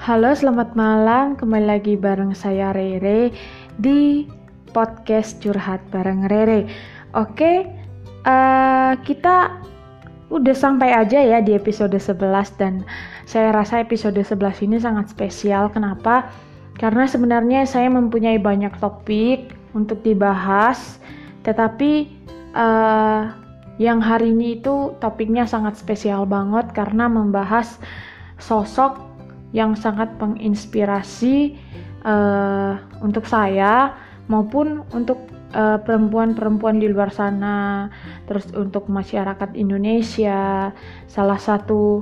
Halo, selamat malam. Kembali lagi bareng saya Rere di podcast Curhat bareng Rere. Oke, kita udah sampai aja ya di episode 11 dan saya rasa episode 11 ini sangat spesial. Kenapa? Karena sebenarnya saya mempunyai banyak topik untuk dibahas, tetapi yang hari ini itu topiknya sangat spesial banget karena membahas sosok yang sangat menginspirasi untuk saya maupun untuk perempuan-perempuan di luar sana, terus untuk masyarakat Indonesia. Salah satu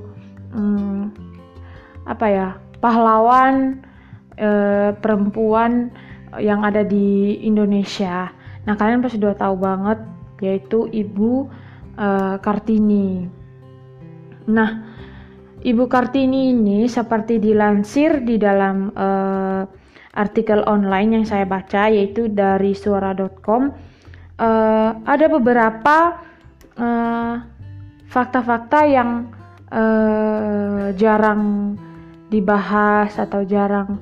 pahlawan perempuan yang ada di Indonesia. Nah, kalian pasti udah tahu banget, yaitu Ibu Kartini. Nah, Ibu Kartini ini seperti dilansir di dalam artikel online yang saya baca, yaitu dari suara.com, ada beberapa fakta-fakta yang jarang dibahas atau jarang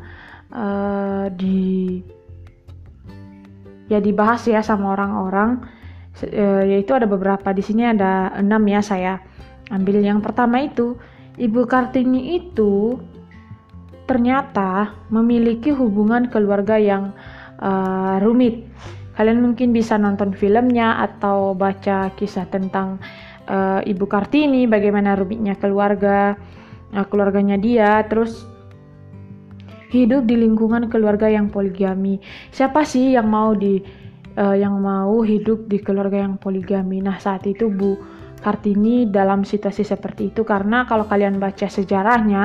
dibahas ya sama orang-orang, yaitu ada beberapa. Di sini ada 6 ya, saya ambil yang pertama. Itu Ibu Kartini itu ternyata memiliki hubungan keluarga yang rumit. Kalian mungkin bisa nonton filmnya atau baca kisah tentang Ibu Kartini, bagaimana rumitnya keluarganya dia, terus hidup di lingkungan keluarga yang poligami. Siapa sih yang mau hidup di keluarga yang poligami? Nah, saat itu Bu Kartini dalam situasi seperti itu, karena kalau kalian baca sejarahnya,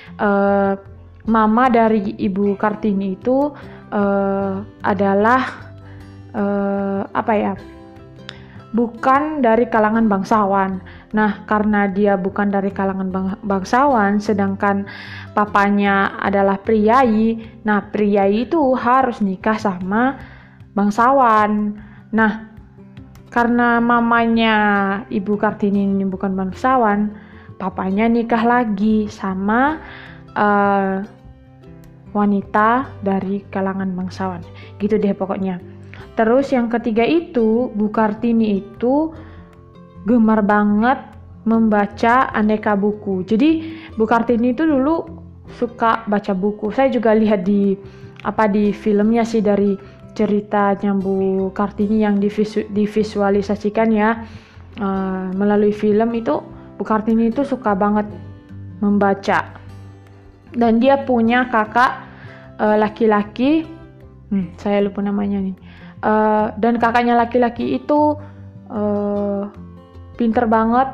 mama dari Ibu Kartini itu adalah bukan dari kalangan bangsawan. Nah, karena dia bukan dari kalangan bangsawan, sedangkan papanya adalah priai. Nah, priai itu harus nikah sama bangsawan. Nah, karena mamanya Ibu Kartini ini bukan bangsawan, papanya nikah lagi sama wanita dari kalangan bangsawan. Gitu deh pokoknya. Terus yang ketiga itu, Bu Kartini itu gemar banget membaca aneka buku. Jadi Bu Kartini itu dulu suka baca buku. Saya juga lihat di filmnya sih, dari ceritanya Bu Kartini yang divisualisasikan ya melalui film itu. Bu Kartini itu suka banget membaca, dan dia punya kakak laki-laki, saya lupa namanya nih, dan kakaknya laki-laki itu pinter banget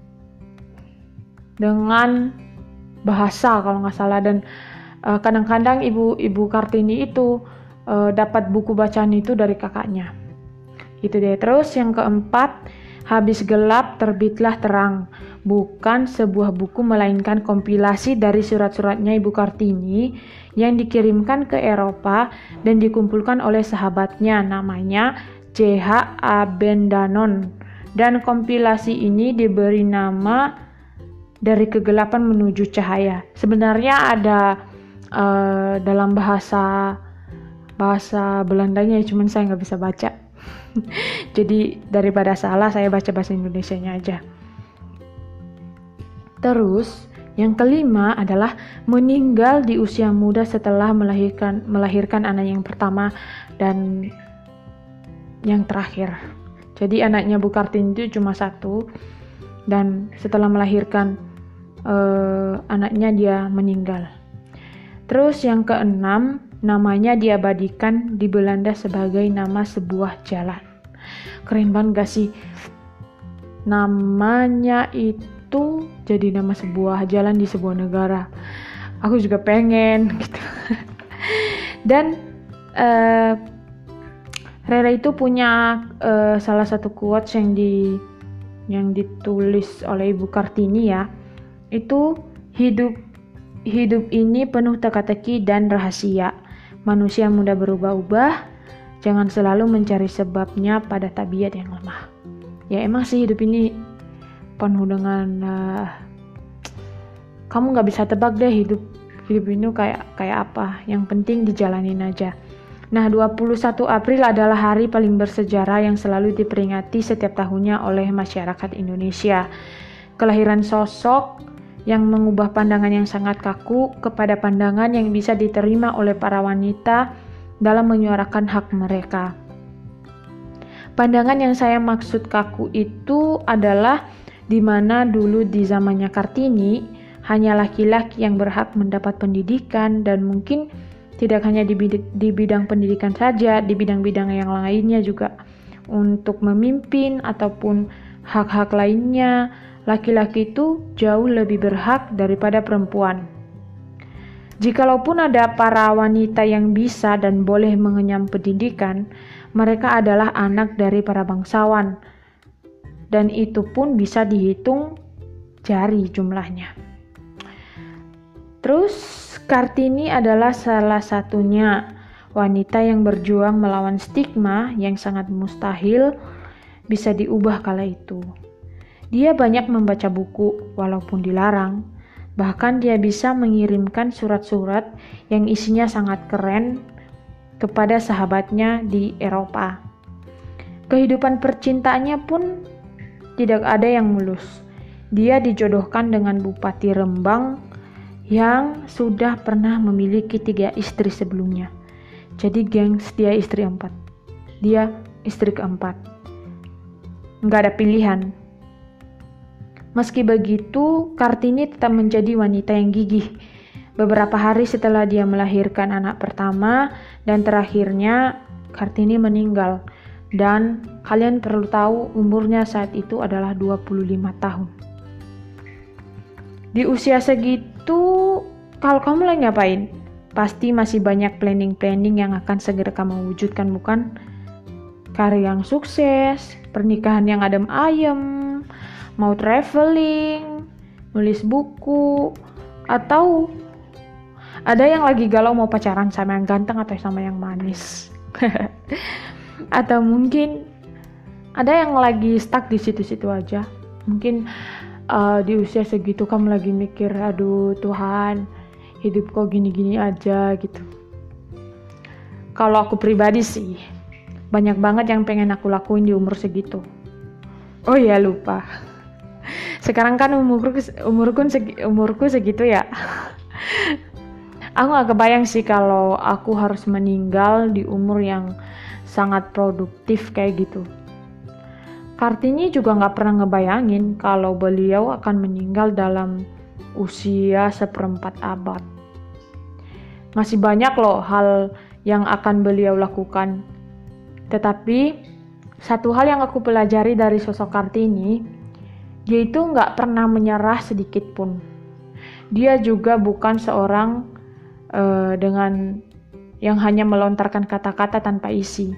dengan bahasa kalau nggak salah, dan kadang-kadang ibu Kartini itu dapat buku bacaan itu dari kakaknya. Itu deh. Terus yang keempat, Habis Gelap Terbitlah Terang, bukan sebuah buku melainkan kompilasi dari surat-suratnya Ibu Kartini yang dikirimkan ke Eropa dan dikumpulkan oleh sahabatnya namanya C.H. Abendanon, dan kompilasi ini diberi nama Dari Kegelapan Menuju Cahaya. Sebenarnya ada dalam bahasa Belandanya, cuman saya nggak bisa baca. Jadi daripada salah, saya baca bahasa Indonesianya aja. Terus yang kelima adalah meninggal di usia muda setelah melahirkan anak yang pertama dan yang terakhir. Jadi anaknya Bu Kartini itu cuma satu, dan setelah melahirkan anaknya dia meninggal. Terus yang keenam, namanya diabadikan di Belanda sebagai nama sebuah jalan. Keren banget gak sih? Namanya itu jadi nama sebuah jalan di sebuah negara. Aku juga pengen gitu. Dan Rera itu punya salah satu quotes yang ditulis oleh Ibu Kartini ya. Itu hidup ini penuh teka-teki dan rahasia. Manusia mudah berubah-ubah, jangan selalu mencari sebabnya pada tabiat yang lemah. Ya emang sih hidup ini penuh dengan kamu gak bisa tebak deh hidup Hidup ini kayak apa, yang penting dijalanin aja. Nah, 21 April adalah hari paling bersejarah yang selalu diperingati setiap tahunnya oleh masyarakat Indonesia. Kelahiran sosok yang mengubah pandangan yang sangat kaku kepada pandangan yang bisa diterima oleh para wanita dalam menyuarakan hak mereka. Pandangan yang saya maksud kaku itu adalah di mana dulu di zamannya Kartini hanya laki-laki yang berhak mendapat pendidikan, dan mungkin tidak hanya di bidang pendidikan saja, di bidang-bidang yang lainnya juga. Untuk memimpin ataupun hak-hak lainnya, laki-laki itu jauh lebih berhak daripada perempuan. Jikalaupun ada para wanita yang bisa dan boleh mengenyam pendidikan, mereka adalah anak dari para bangsawan, dan itu pun bisa dihitung jari jumlahnya. Terus Kartini adalah salah satunya wanita yang berjuang melawan stigma yang sangat mustahil bisa diubah kala itu. Dia banyak membaca buku walaupun dilarang, bahkan dia bisa mengirimkan surat-surat yang isinya sangat keren kepada sahabatnya di Eropa. Kehidupan percintaannya pun tidak ada yang mulus. Dia dijodohkan dengan Bupati Rembang yang sudah pernah memiliki 3 istri sebelumnya. Jadi gengs, dia istri 4. Dia istri keempat. Nggak ada pilihan. Meski begitu, Kartini tetap menjadi wanita yang gigih. Beberapa hari setelah dia melahirkan anak pertama dan terakhirnya, Kartini meninggal. Dan kalian perlu tahu umurnya saat itu adalah 25 tahun. Di usia segitu, kalau kamu lagi ngapain? Pasti masih banyak planning-planning yang akan segera kamu wujudkan, bukan? Karir yang sukses, pernikahan yang adem ayem, mau traveling, nulis buku, atau ada yang lagi galau mau pacaran sama yang ganteng atau sama yang manis. Atau mungkin ada yang lagi stuck di situ-situ aja. Mungkin di usia segitu kamu lagi mikir, aduh Tuhan, hidup kok gini-gini aja gitu. Kalau aku pribadi sih, banyak banget yang pengen aku lakuin di umur segitu. Oh iya, lupa. Sekarang kan umurku segitu ya. Aku gak kebayang sih kalau aku harus meninggal di umur yang sangat produktif kayak gitu. Kartini juga gak pernah ngebayangin kalau beliau akan meninggal dalam usia 1/4 abad. Masih banyak loh hal yang akan beliau lakukan. Tetapi satu hal yang aku pelajari dari sosok Kartini, dia itu gak pernah menyerah sedikit pun. Dia juga bukan seorang dengan yang hanya melontarkan kata-kata tanpa isi.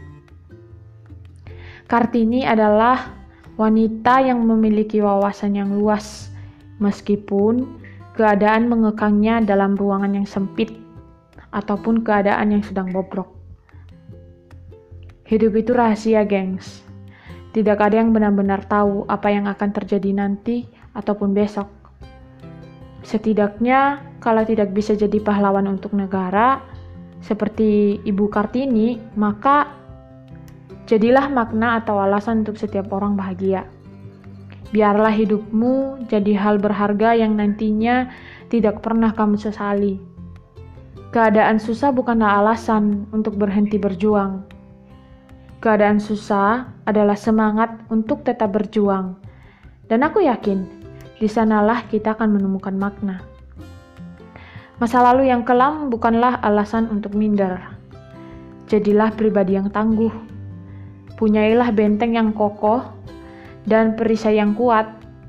Kartini adalah wanita yang memiliki wawasan yang luas, meskipun keadaan mengekangnya dalam ruangan yang sempit ataupun keadaan yang sedang bobrok. Hidup itu rahasia, gengs. Tidak ada yang benar-benar tahu apa yang akan terjadi nanti ataupun besok. Setidaknya, kalau tidak bisa jadi pahlawan untuk negara, seperti Ibu Kartini, maka jadilah makna atau alasan untuk setiap orang bahagia. Biarlah hidupmu jadi hal berharga yang nantinya tidak pernah kamu sesali. Keadaan susah bukanlah alasan untuk berhenti berjuang. Keadaan susah adalah semangat untuk tetap berjuang. Dan aku yakin, di sanalah kita akan menemukan makna. Masa lalu yang kelam bukanlah alasan untuk minder. Jadilah pribadi yang tangguh. Punyailah benteng yang kokoh dan perisai yang kuat.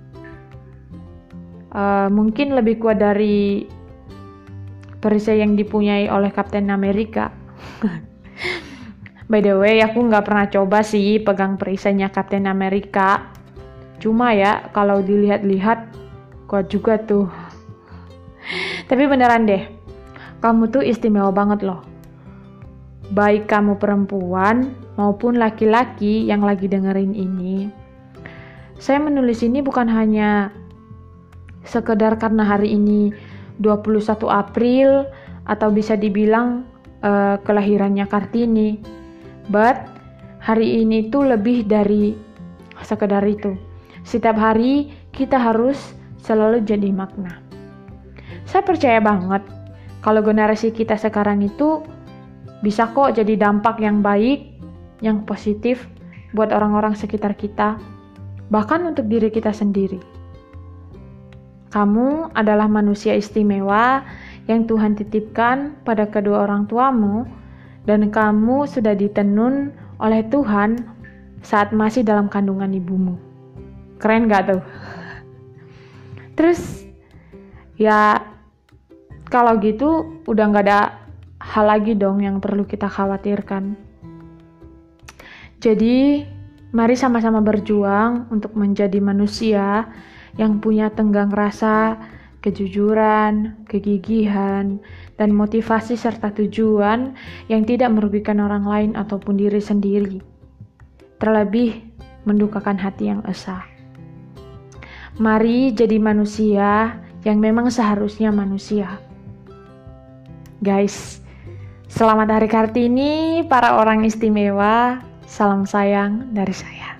Mungkin lebih kuat dari perisai yang dipunyai oleh Kapten Amerika. By the way, aku nggak pernah coba sih pegang perisainya Kapten Amerika. Cuma ya, kalau dilihat-lihat, kuat juga tuh. Tapi beneran deh, kamu tuh istimewa banget loh. Baik kamu perempuan maupun laki-laki yang lagi dengerin ini. Saya menulis ini bukan hanya sekedar karena hari ini 21 April atau bisa dibilang kelahirannya Kartini. But hari ini tuh lebih dari sekedar itu. Setiap hari kita harus selalu jadi makna. Saya percaya banget kalau generasi kita sekarang itu bisa kok jadi dampak yang baik, yang positif buat orang-orang sekitar kita, bahkan untuk diri kita sendiri. Kamu adalah manusia istimewa yang Tuhan titipkan pada kedua orang tuamu, dan kamu sudah ditenun oleh Tuhan saat masih dalam kandungan ibumu. Keren gak tuh? Terus ya kalau gitu udah gak ada hal lagi dong yang perlu kita khawatirkan. Jadi mari sama-sama berjuang untuk menjadi manusia yang punya tenggang rasa, kejujuran, kegigihan, dan motivasi serta tujuan yang tidak merugikan orang lain ataupun diri sendiri. Terlebih mendukakan hati yang esa. Mari jadi manusia yang memang seharusnya manusia. Guys, selamat Hari Kartini para orang istimewa. Salam sayang dari saya.